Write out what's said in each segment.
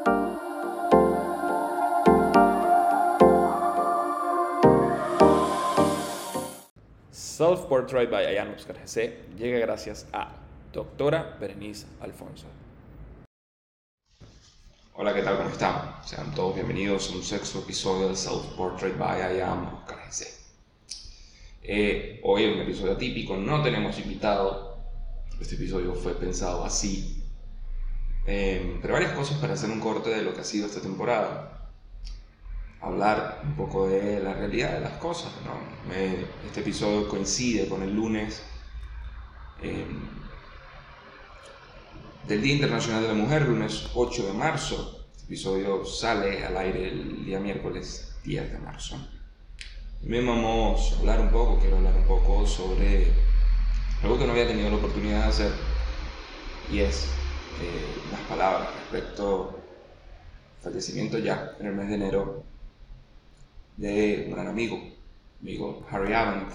Self-Portrait by Ayaan Oscar GC llega gracias a Doctora Berenice Alfonso. Hola, ¿qué tal? ¿Cómo están? Sean todos bienvenidos a un sexto episodio de Self-Portrait by Ayaan Oscar GC. Hoy es un episodio atípico, no tenemos invitado. Este episodio fue pensado así. Pero varias cosas para hacer un corte de lo que ha sido esta temporada. Hablar un poco de la realidad de las cosas, ¿no? Este episodio coincide con el lunes del Día Internacional de la Mujer, lunes 8 de marzo. Este episodio sale al aire el día miércoles 10 de marzo. También quiero hablar un poco sobre algo que no había tenido la oportunidad de hacer, y es las palabras respecto al fallecimiento ya en el mes de enero de un gran amigo Harry Avent.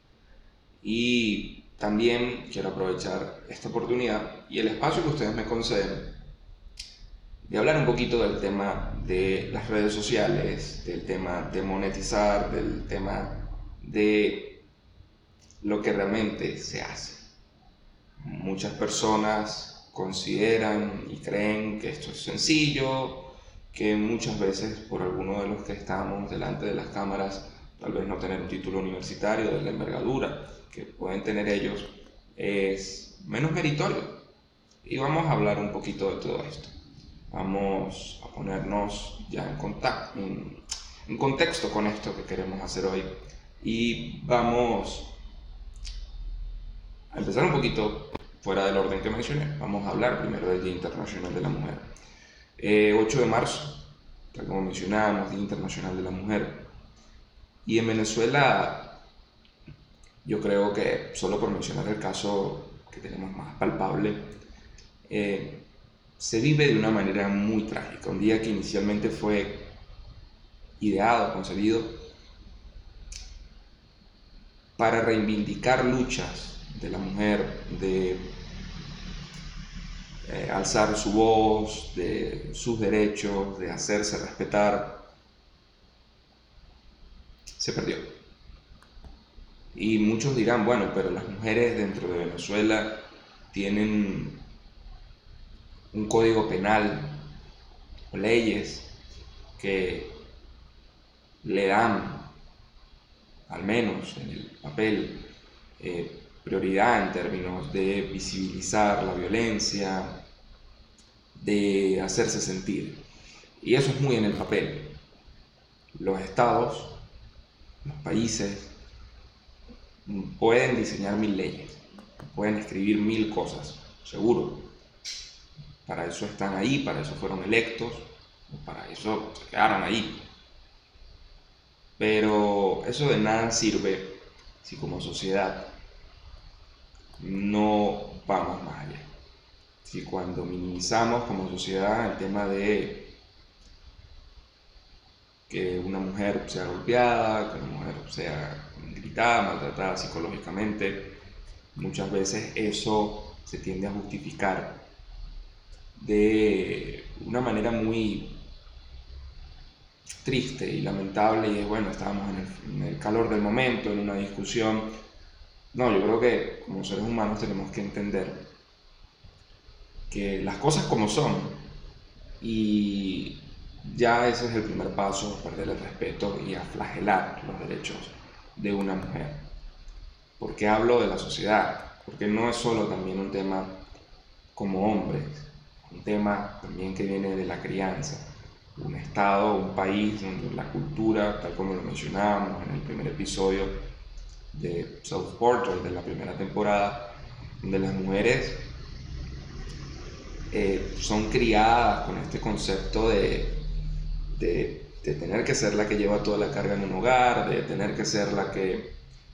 Y también quiero aprovechar esta oportunidad y el espacio que ustedes me conceden de hablar un poquito del tema de las redes sociales, del tema de monetizar, del tema de lo que realmente se hace. Muchas personas consideran y creen que esto es sencillo, que muchas veces por alguno de los que estamos delante de las cámaras, tal vez no tener un título universitario de la envergadura que pueden tener ellos es menos meritorio. Y vamos a hablar un poquito de todo esto. Vamos a ponernos ya en contexto con esto que queremos hacer hoy, y vamos a empezar un poquito fuera del orden que mencioné. Vamos a hablar primero del Día Internacional de la Mujer. 8 de marzo, tal como mencionábamos, Día Internacional de la Mujer. Y en Venezuela, yo creo que, solo por mencionar el caso que tenemos más palpable, se vive de una manera muy trágica. Un día que inicialmente fue ideado, concebido para reivindicar luchas de la mujer, de alzar su voz, de sus derechos, de hacerse respetar, se perdió. Y muchos dirán, bueno, pero las mujeres dentro de Venezuela tienen un código penal o leyes que le dan, al menos en el papel, prioridad en términos de visibilizar la violencia, de hacerse sentir. Y eso es muy en el papel. Los estados, los países, pueden diseñar 1000 leyes, pueden escribir 1000 cosas, seguro. Para eso están ahí, para eso fueron electos, para eso se quedaron ahí. Pero eso de nada sirve si como sociedad no vamos más allá. Si cuando minimizamos como sociedad el tema de que una mujer sea golpeada, que una mujer sea gritada, maltratada psicológicamente, muchas veces eso se tiende a justificar de una manera muy triste y lamentable, y es bueno, estábamos en el calor del momento, en una discusión. No, yo creo que como seres humanos tenemos que entender que las cosas como son, y ya ese es el primer paso, a perder el respeto y a flagelar los derechos de una mujer. ¿Por qué hablo de la sociedad? Porque no es solo también un tema como hombres, un tema también que viene de la crianza. Un estado, un país donde la cultura, tal como lo mencionábamos en el primer episodio de Self-Portrait de la primera temporada, donde las mujeres son criadas con este concepto de tener que ser la que lleva toda la carga en un hogar, de tener que ser la que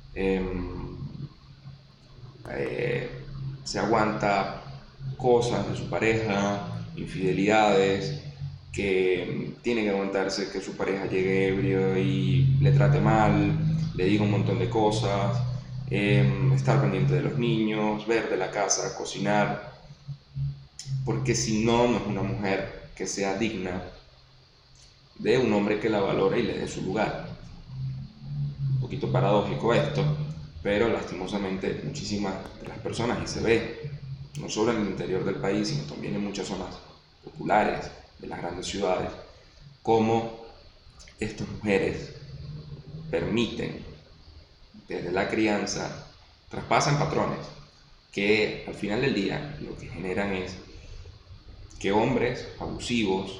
se aguanta cosas de su pareja, infidelidades, que tiene que aguantarse que su pareja llegue ebrio y le trate mal, le diga un montón de cosas, estar pendiente de los niños, ver de la casa, cocinar, porque si no, no es una mujer. que sea digna de un hombre que la valore y le dé su lugar. Un poquito paradójico esto, pero lastimosamente muchísimas de las personas, y se ve no solo en el interior del país, sino también en muchas zonas populares de las grandes ciudades, cómo estas mujeres permiten desde la crianza, traspasan patrones que al final del día lo que generan es que hombres abusivos,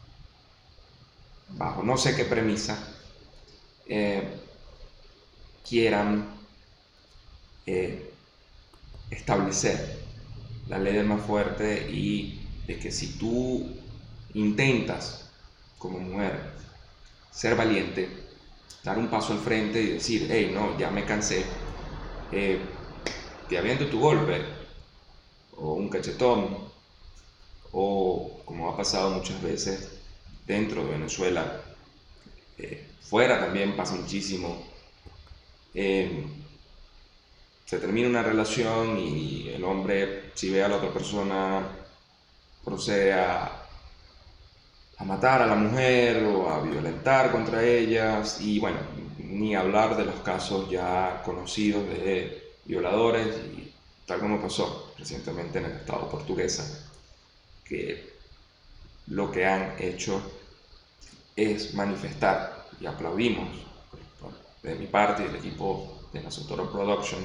bajo no sé qué premisa, quieran establecer la ley del más fuerte, y de que si tú intentas como mujer ser valiente, dar un paso al frente y decir, hey, no, ya me cansé, te aviento tu golpe, o un cachetón, o como ha pasado muchas veces dentro de Venezuela, fuera también pasa muchísimo, se termina una relación y el hombre, si ve a la otra persona, procede a matar a la mujer o a violentar contra ellas, y bueno, ni hablar de los casos ya conocidos de violadores, y tal como pasó recientemente en el estado portuguesa, que lo que han hecho es manifestar, y aplaudimos de mi parte y del equipo de Nasotoro Productions,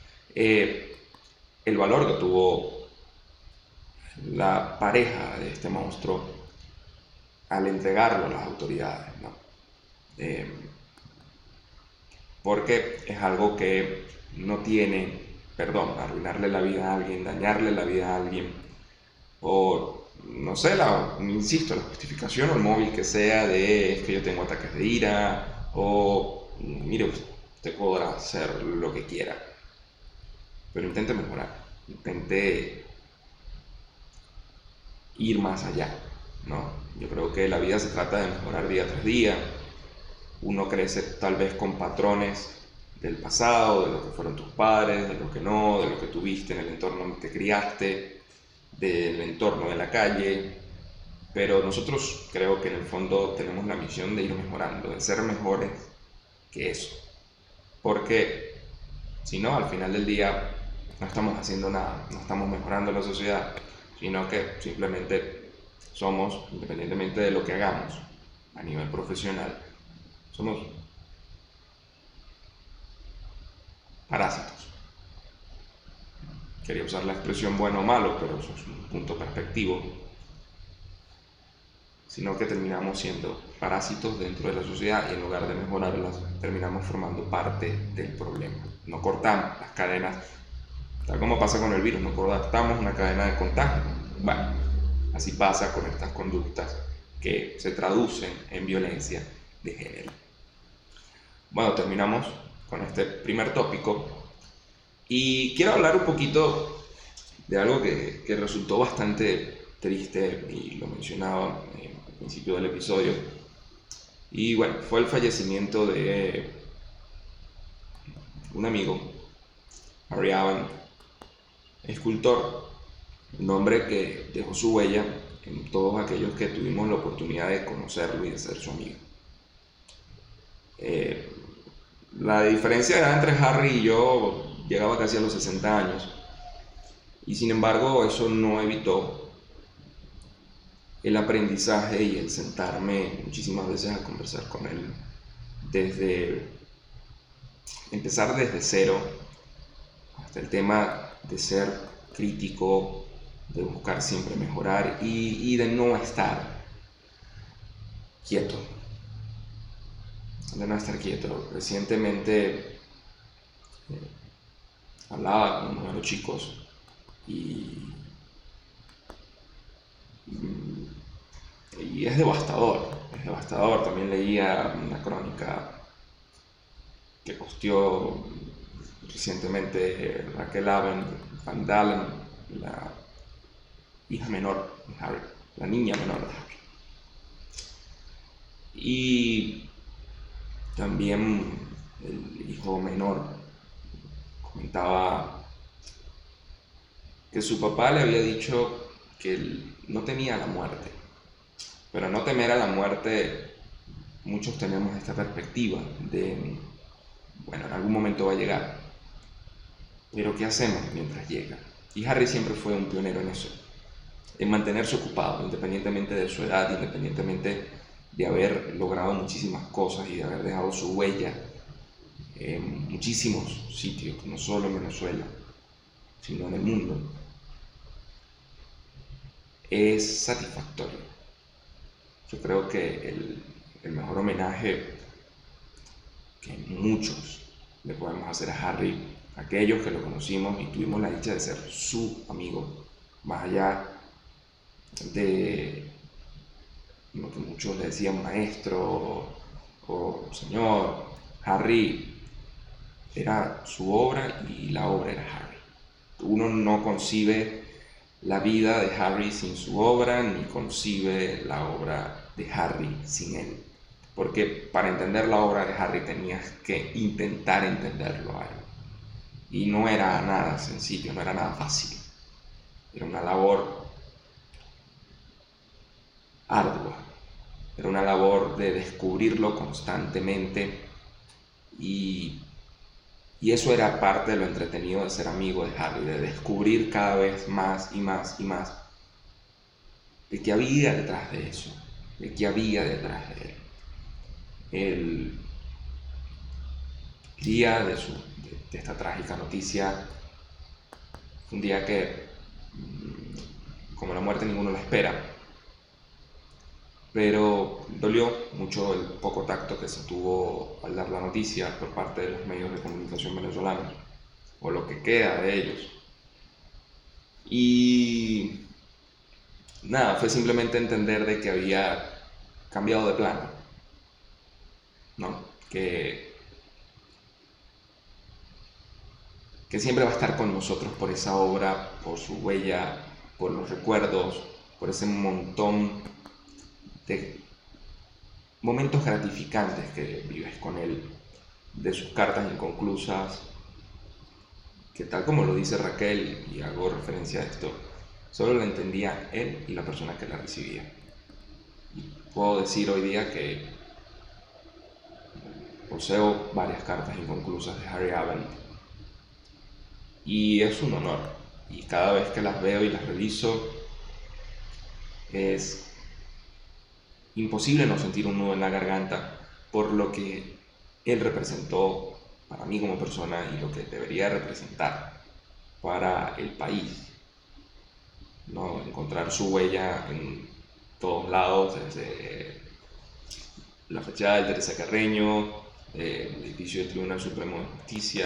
el valor que tuvo la pareja de este monstruo al entregarlo a las autoridades, ¿no? Porque es algo que no tiene perdón. Arruinarle la vida a alguien, dañarle la vida a alguien, o no sé, insisto, la justificación o el móvil que sea de es que yo tengo ataques de ira, o mire, usted podrá hacer lo que quiera, pero intente mejorar, intente ir más allá, ¿no? Yo creo que la vida se trata de mejorar día tras día. Uno crece tal vez con patrones del pasado, de lo que fueron tus padres, de lo que no, de lo que tuviste en el entorno en que te criaste, del entorno de la calle, pero nosotros creo que en el fondo tenemos la misión de ir mejorando, de ser mejores que eso, porque si no, al final del día no estamos haciendo nada, no estamos mejorando la sociedad, sino que simplemente somos, independientemente de lo que hagamos a nivel profesional, somos parásitos. Quería usar la expresión bueno o malo, pero eso es un punto perspectivo, sino que terminamos siendo parásitos dentro de la sociedad, y en lugar de mejorarlas, terminamos formando parte del problema. No cortamos las cadenas, tal como pasa con el virus, no cortamos una cadena de contagio. Bueno, así pasa con estas conductas que se traducen en violencia de género. Bueno, terminamos con este primer tópico y quiero hablar un poquito de algo que resultó bastante triste, y lo mencionaba al principio del episodio, y bueno, fue el fallecimiento de un amigo, Harry Avan, escultor, un hombre que dejó su huella en todos aquellos que tuvimos la oportunidad de conocerlo y de ser su amigo. La diferencia de edad entre Harry y yo llegaba casi a los 60 años, y sin embargo eso no evitó el aprendizaje y el sentarme muchísimas veces a conversar con él, desde empezar desde cero hasta el tema de ser crítico, de buscar siempre mejorar y de no estar quieto. Recientemente hablaba con uno de los chicos y es devastador, es devastador. También leía una crónica que posteó recientemente Raquel Van Dalen, la hija menor de Harry, la niña menor de Harry. Y también el hijo menor comentaba que su papá le había dicho que él no temía la muerte, Pero no temer a la muerte, muchos tenemos esta perspectiva de, bueno, en algún momento va a llegar, pero ¿qué hacemos mientras llega? Y Harry siempre fue un pionero en eso, en mantenerse ocupado, independientemente de su edad, independientemente de haber logrado muchísimas cosas y de haber dejado su huella en muchísimos sitios, no solo en Venezuela, sino en el mundo. Es satisfactorio. Yo creo que el mejor homenaje que muchos le podemos hacer a Harry, aquellos que lo conocimos y tuvimos la dicha de ser su amigo, más allá de lo que muchos le decían maestro o señor, Harry era su obra y la obra era Harry. Uno no concibe la vida de Harry sin su obra, ni concibe la obra de Harry sin él. Porque para entender la obra de Harry tenías que intentar entenderlo a él. Y no era nada sencillo, no era nada fácil. Era una labor ardua. Era una labor de descubrirlo constantemente y eso era parte de lo entretenido de ser amigo de Harry, de descubrir cada vez más y más y más de qué había detrás de eso, de qué había detrás de él. El día de esta trágica noticia fue un día que, como la muerte, ninguno la espera, pero dolió mucho el poco tacto que se tuvo al dar la noticia por parte de los medios de comunicación venezolanos, o lo que queda de ellos. Y nada, fue simplemente entender de que había cambiado de plano, ¿no? Que siempre va a estar con nosotros por esa obra, por su huella, por los recuerdos, por ese montón de momentos gratificantes que vives con él, de sus cartas inconclusas, que tal como lo dice Raquel, y hago referencia a esto, solo la entendía él y la persona que la recibía. Y puedo decir hoy día que poseo varias cartas inconclusas de Harry Avent y es un honor. Y cada vez que las veo y las reviso, es imposible no sentir un nudo en la garganta por lo que él representó para mí como persona y lo que debería representar para el país, ¿no? Encontrar su huella en todos lados, desde la fachada del Teresa Carreño, el edificio del Tribunal Supremo de Justicia,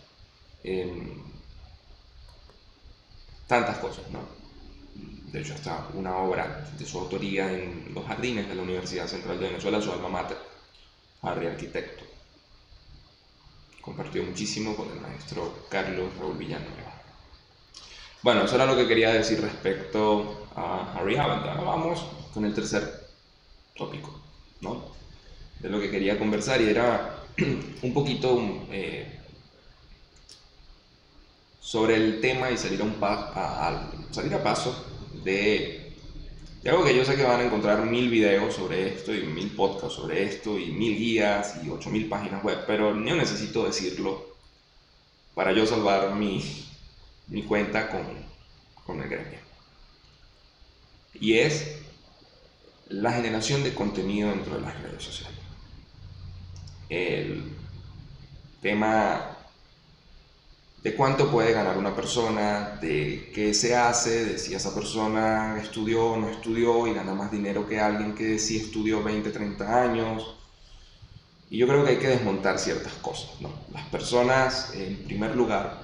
tantas cosas, ¿no? De hecho, hasta una obra de su autoría en los jardines de la Universidad Central de Venezuela, su alma mater, Harry Arquitecto. Compartió muchísimo con el maestro Carlos Raúl Villanueva. Bueno, eso era lo que quería decir respecto a Harry Avent. Ahora vamos con el tercer tópico, ¿no? De lo que quería conversar, y era un poquito sobre el tema y salir a paso de algo que yo sé que van a encontrar 1000 videos sobre esto y 1000 podcasts sobre esto y 1000 guías y 8000 páginas web, pero yo necesito decirlo para yo salvar mi cuenta con el gremio. Y es la generación de contenido dentro de las redes sociales. El tema de cuánto puede ganar una persona, de qué se hace, de si esa persona estudió o no estudió y gana más dinero que alguien que sí estudió 20, 30 años. Y yo creo que hay que desmontar ciertas cosas, ¿no? Las personas, en primer lugar,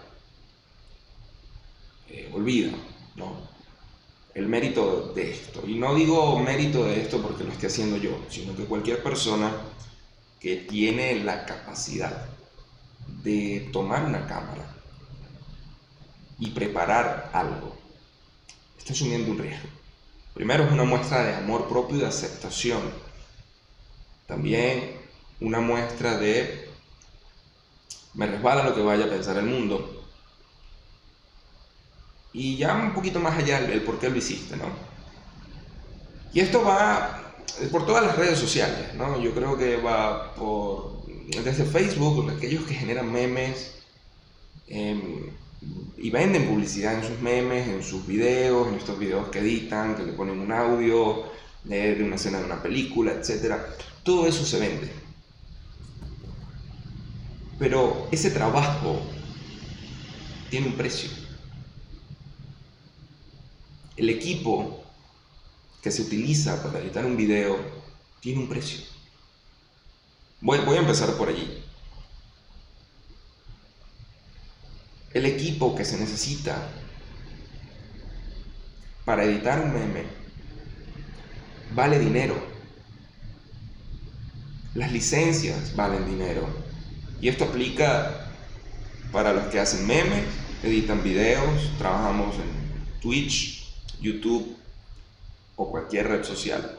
olvidan, ¿no?, el mérito de esto. Y no digo mérito de esto porque lo esté haciendo yo, sino que cualquier persona que tiene la capacidad de tomar una cámara y preparar algo, está asumiendo un riesgo. Primero, es una muestra de amor propio y de aceptación. También una muestra de me resbala lo que vaya a pensar el mundo. Y ya un poquito más allá el por qué lo hiciste, ¿no? Y esto va por todas las redes sociales, ¿no? Yo creo que va desde Facebook, aquellos que generan memes y venden publicidad en sus memes, en sus videos, en estos videos que editan, que le ponen un audio de una escena de una película, etc. Todo eso se vende. Pero ese trabajo tiene un precio. El equipo que se utiliza para editar un video tiene un precio. Voy a empezar por allí. El equipo que se necesita para editar un meme vale dinero. Las licencias valen dinero. Y esto aplica para los que hacen memes, editan videos, trabajamos en Twitch, YouTube o cualquier red social.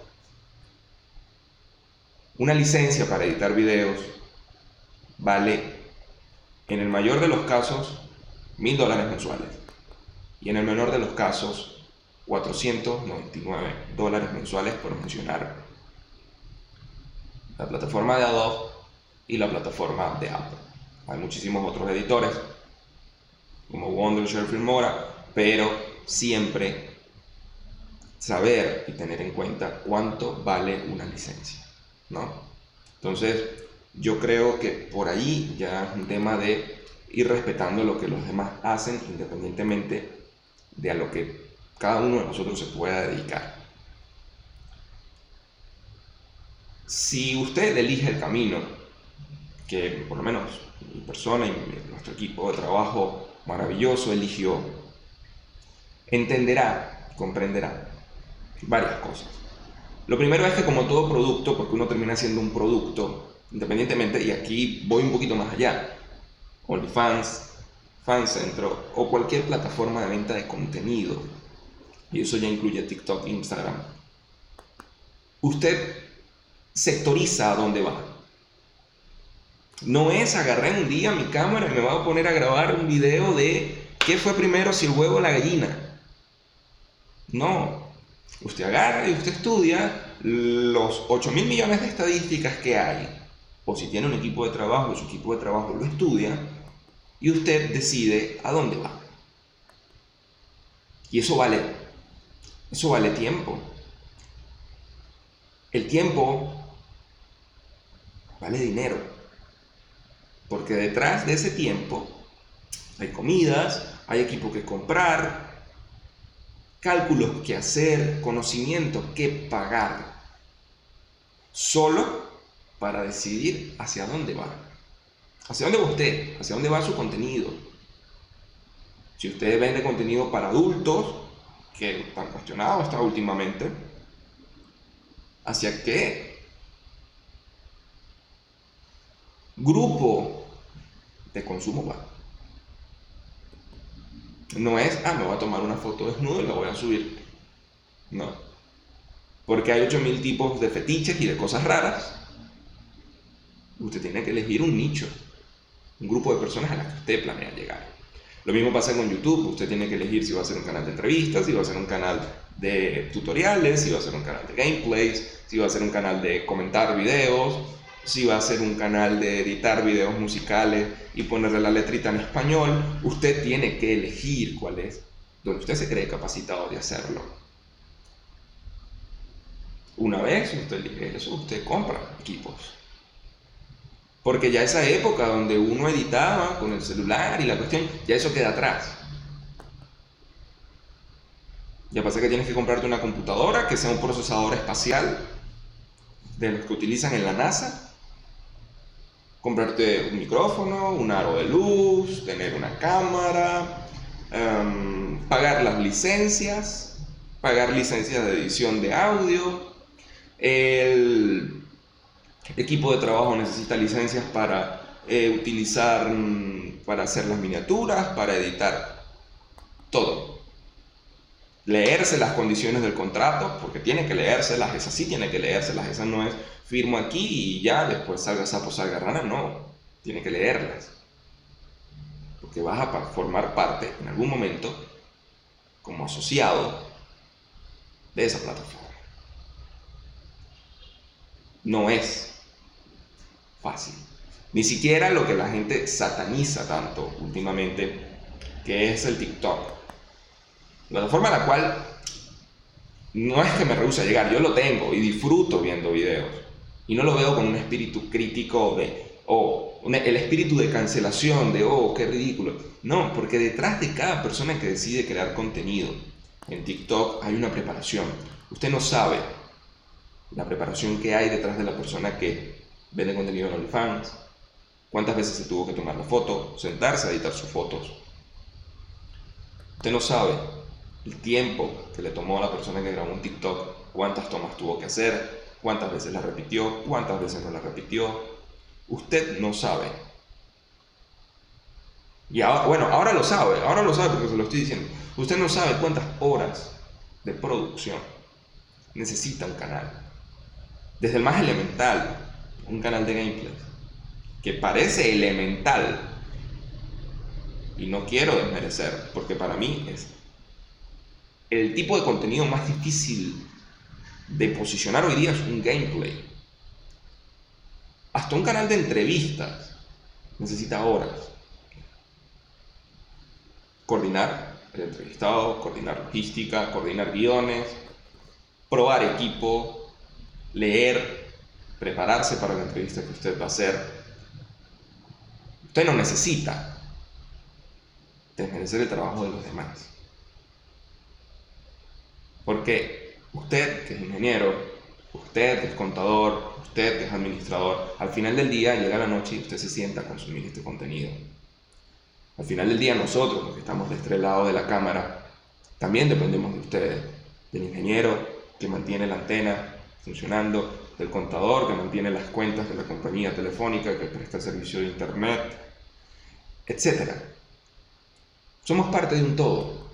Una licencia para editar videos vale, en el mayor de los casos, $1,000 mensuales. Y en el menor de los casos, $499 mensuales, por mencionar la plataforma de Adobe y la plataforma de Apple. Hay muchísimos otros editores, como Wondershare, Filmora, pero siempre saber y tener en cuenta cuánto vale una licencia, ¿no? Entonces, yo creo que por ahí ya es un tema de ir respetando lo que los demás hacen, independientemente de a lo que cada uno de nosotros se pueda dedicar. Si usted elige el camino que por lo menos mi persona y nuestro equipo de trabajo maravilloso eligió, entenderá, comprenderá varias cosas. Lo primero es que, como todo producto, porque uno termina siendo un producto, independientemente, y aquí voy un poquito más allá, OnlyFans, Fancentro o cualquier plataforma de venta de contenido, y eso ya incluye TikTok e Instagram, usted sectoriza a dónde va. No es agarré un día mi cámara y me voy a poner a grabar un video de qué fue primero, si el huevo o la gallina. No. Usted agarra y usted estudia los 8.000 millones de estadísticas que hay, o si tiene un equipo de trabajo, su equipo de trabajo lo estudia, y usted decide a dónde va. Y eso vale tiempo. El tiempo vale dinero, porque detrás de ese tiempo hay comidas, hay equipo que comprar, cálculos que hacer, conocimiento que pagar, solo para decidir hacia dónde va. ¿Hacia dónde va usted? ¿Hacia dónde va su contenido? Si usted vende contenido para adultos, que tan cuestionado está últimamente, ¿hacia qué grupo de consumo va? No es, me voy a tomar una foto desnudo y la voy a subir. No. Porque hay 8.000 tipos de fetiches y de cosas raras. Usted tiene que elegir un nicho, un grupo de personas a las que usted planea llegar. Lo mismo pasa con YouTube. Usted tiene que elegir si va a ser un canal de entrevistas, si va a ser un canal de tutoriales, si va a ser un canal de gameplays, si va a ser un canal de comentar videos, si va a ser un canal de editar videos musicales y ponerle la letrita en español. Usted tiene que elegir cuál es, donde usted se cree capacitado de hacerlo. Una vez usted elige eso, usted compra equipos. Porque ya esa época donde uno editaba con el celular y la cuestión, ya eso queda atrás. Ya pasa que tienes que comprarte una computadora que sea un procesador espacial de los que utilizan en la NASA, comprarte un micrófono, un aro de luz, tener una cámara, pagar las licencias, pagar licencias de edición de audio. El equipo de trabajo necesita licencias para utilizar, para hacer las miniaturas, para editar todo. Leerse las condiciones del contrato, porque tiene que leérselas, esa sí tiene que leérselas, esa no es firmo aquí y ya después salga sapo, salga rana, no, tiene que leerlas, porque vas a formar parte en algún momento como asociado de esa plataforma. no es fácil. Ni siquiera lo que la gente sataniza tanto últimamente, que es el TikTok. La plataforma a la cual no es que me rehúse a llegar, yo lo tengo y disfruto viendo videos. Y no lo veo con un espíritu crítico el espíritu de cancelación, de qué ridículo. No, porque detrás de cada persona que decide crear contenido en TikTok hay una preparación. Usted no sabe la preparación que hay detrás de la persona que vende contenido en OnlyFans, cuántas veces se tuvo que tomar la foto, sentarse a editar sus fotos. Usted no sabe el tiempo que le tomó a la persona que grabó un TikTok, cuántas tomas tuvo que hacer, cuántas veces la repitió, cuántas veces no la repitió. Usted no sabe. Y ahora lo sabe porque se lo estoy diciendo. Usted no sabe cuántas horas de producción necesita un canal. Desde el más elemental, un canal de gameplay, que parece elemental, y no quiero desmerecer, porque para mí es el tipo de contenido más difícil de posicionar hoy día, es un gameplay. Hasta un canal de entrevistas necesita horas. Coordinar el entrevistado, coordinar logística, coordinar guiones, probar equipo, leer, prepararse para la entrevista que usted va a hacer. Usted no necesita desmerecer el trabajo de los demás. Porque usted, que es ingeniero, usted que es contador, usted que es administrador, al final del día llega la noche y usted se sienta a consumir este contenido. Al final del día nosotros, los que estamos de este lado de la cámara, también dependemos de ustedes, del ingeniero que mantiene la antena funcionando, del contador que mantiene las cuentas de la compañía telefónica que presta el servicio de internet, etc. Somos parte de un todo.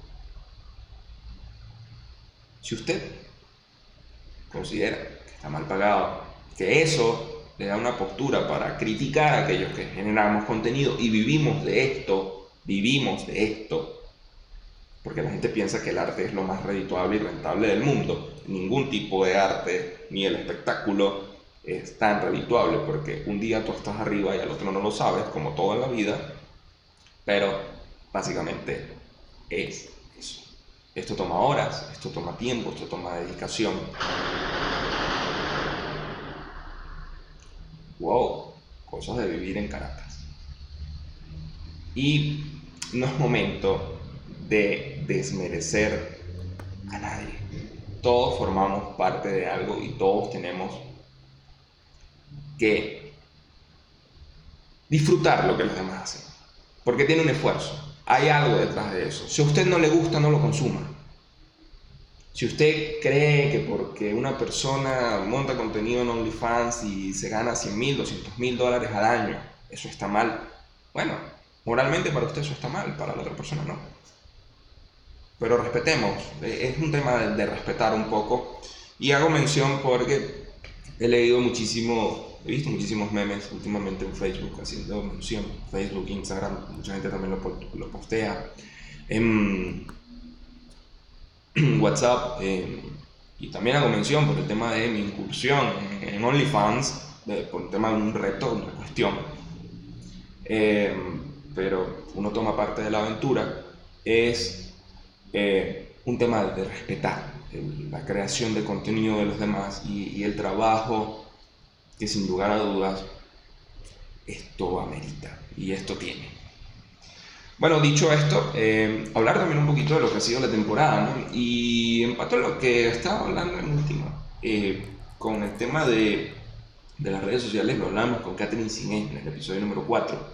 Si usted considera que está mal pagado, que eso le da una postura para criticar a aquellos que generamos contenido y vivimos de esto, porque la gente piensa que el arte es lo más redituable y rentable del mundo. Ningún tipo de arte, ni el espectáculo, es tan redituable, porque un día tú estás arriba y al otro no lo sabes, como todo en la vida, pero básicamente es eso. Esto toma horas, esto toma tiempo, esto toma dedicación. Wow, cosas de vivir en Caracas. Y no es momento de desmerecer a nadie. Todos formamos parte de algo y todos tenemos que disfrutar lo que los demás hacen, porque tiene un esfuerzo, hay algo detrás de eso. Si a usted no le gusta, no lo consuma. Si usted cree que porque una persona monta contenido en OnlyFans y se gana $100,000, $200,000 al año, eso está mal, bueno, moralmente para usted eso está mal, para la otra persona no. Pero respetemos, es un tema de respetar un poco. Y hago mención porque he visto muchísimos memes últimamente en Facebook haciendo mención. Facebook, Instagram, mucha gente también lo postea. En WhatsApp, y también hago mención por el tema de mi incursión en OnlyFans, por el tema de un reto, una cuestión. Pero uno toma parte de la aventura, es un tema de respetar la creación de contenido de los demás y el trabajo que sin lugar a dudas esto amerita y esto tiene. Bueno, dicho esto, hablar también un poquito de lo que ha sido la temporada, ¿no? Y empato lo que estaba hablando en última, con el tema de las redes sociales. Lo hablamos con Catherine Siné en el episodio número 4.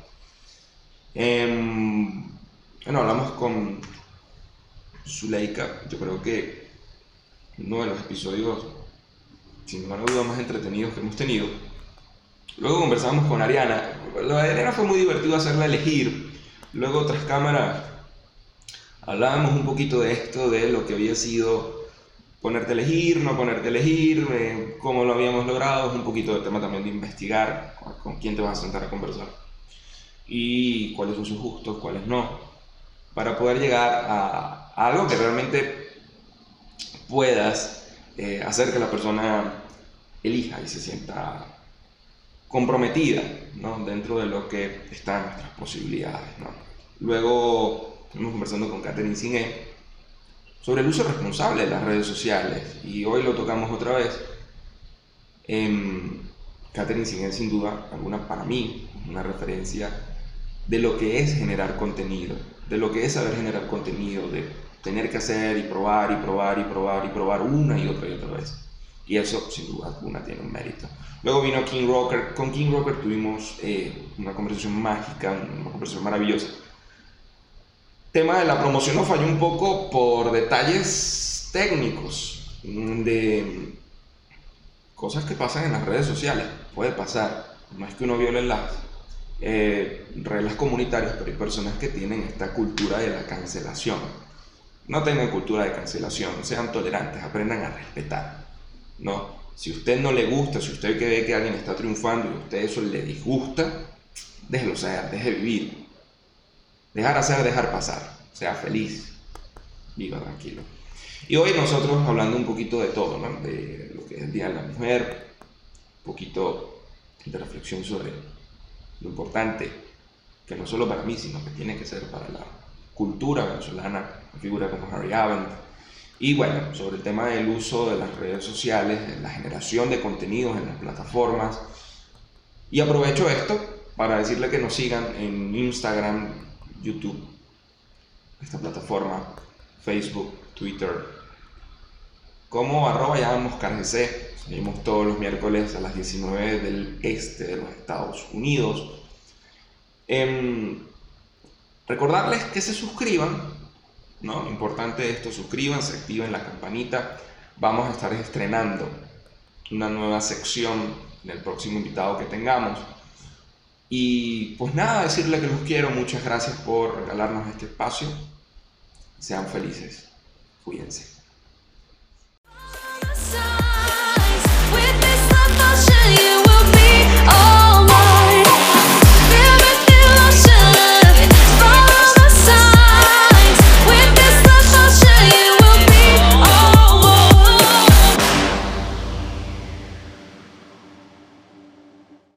Bueno, hablamos con Zuleika, yo creo que uno de los episodios, sin lugar a dudas, más entretenidos que hemos tenido. Luego conversamos con Ariana. Lo de Ariana fue muy divertido hacerla elegir. Luego, tras cámara, hablábamos un poquito de esto, de lo que había sido ponerte a elegir, no ponerte a elegir, cómo lo habíamos logrado. Es un poquito del tema también de investigar con quién te vas a sentar a conversar y cuáles son sus gustos, cuáles no, para poder llegar a algo que realmente puedas hacer que la persona elija y se sienta comprometida, ¿no? Dentro de lo que está en nuestras posibilidades, ¿no? Luego estuvimos conversando con Catherine Siné sobre el uso responsable de las redes sociales y hoy lo tocamos otra vez. Catherine Siné, sin duda alguna, para mí una referencia de lo que es generar contenido, de lo que es saber generar contenido, de tener que hacer y probar y probar y probar y probar una y otra vez. Y eso, sin duda alguna, tiene un mérito. Luego vino King Rocker. Con King Rocker tuvimos una conversación mágica, una conversación maravillosa. Tema de la promoción nos falló un poco por detalles técnicos, de cosas que pasan en las redes sociales. Puede pasar, no es que uno viole las reglas comunitarias, pero hay personas que tienen esta cultura de la cancelación. No tengan cultura de cancelación, sean tolerantes, aprendan a respetar, ¿no? Si a usted no le gusta, si usted ve que alguien está triunfando y a usted eso le disgusta, déjelo ser, deje vivir. Dejar hacer, dejar pasar. Sea feliz, viva tranquilo. Y hoy nosotros hablando un poquito de todo, ¿no? De lo que es el Día de la Mujer, un poquito de reflexión sobre lo importante, que no solo para mí, sino que tiene que ser para la cultura venezolana, una figura como Harry Avent. Y bueno, sobre el tema del uso de las redes sociales, la generación de contenidos en las plataformas. Y aprovecho esto para decirle que nos sigan en Instagram, YouTube, esta plataforma, Facebook, Twitter, como @YaMoscarGC. Salimos todos los miércoles a las 19 del este de los Estados Unidos. Recordarles que se suscriban, ¿no? Importante esto, suscríbanse, activen la campanita. Vamos a estar estrenando una nueva sección en el próximo invitado que tengamos. Y pues nada, decirle que los quiero, muchas gracias por regalarnos este espacio. Sean felices, cuídense.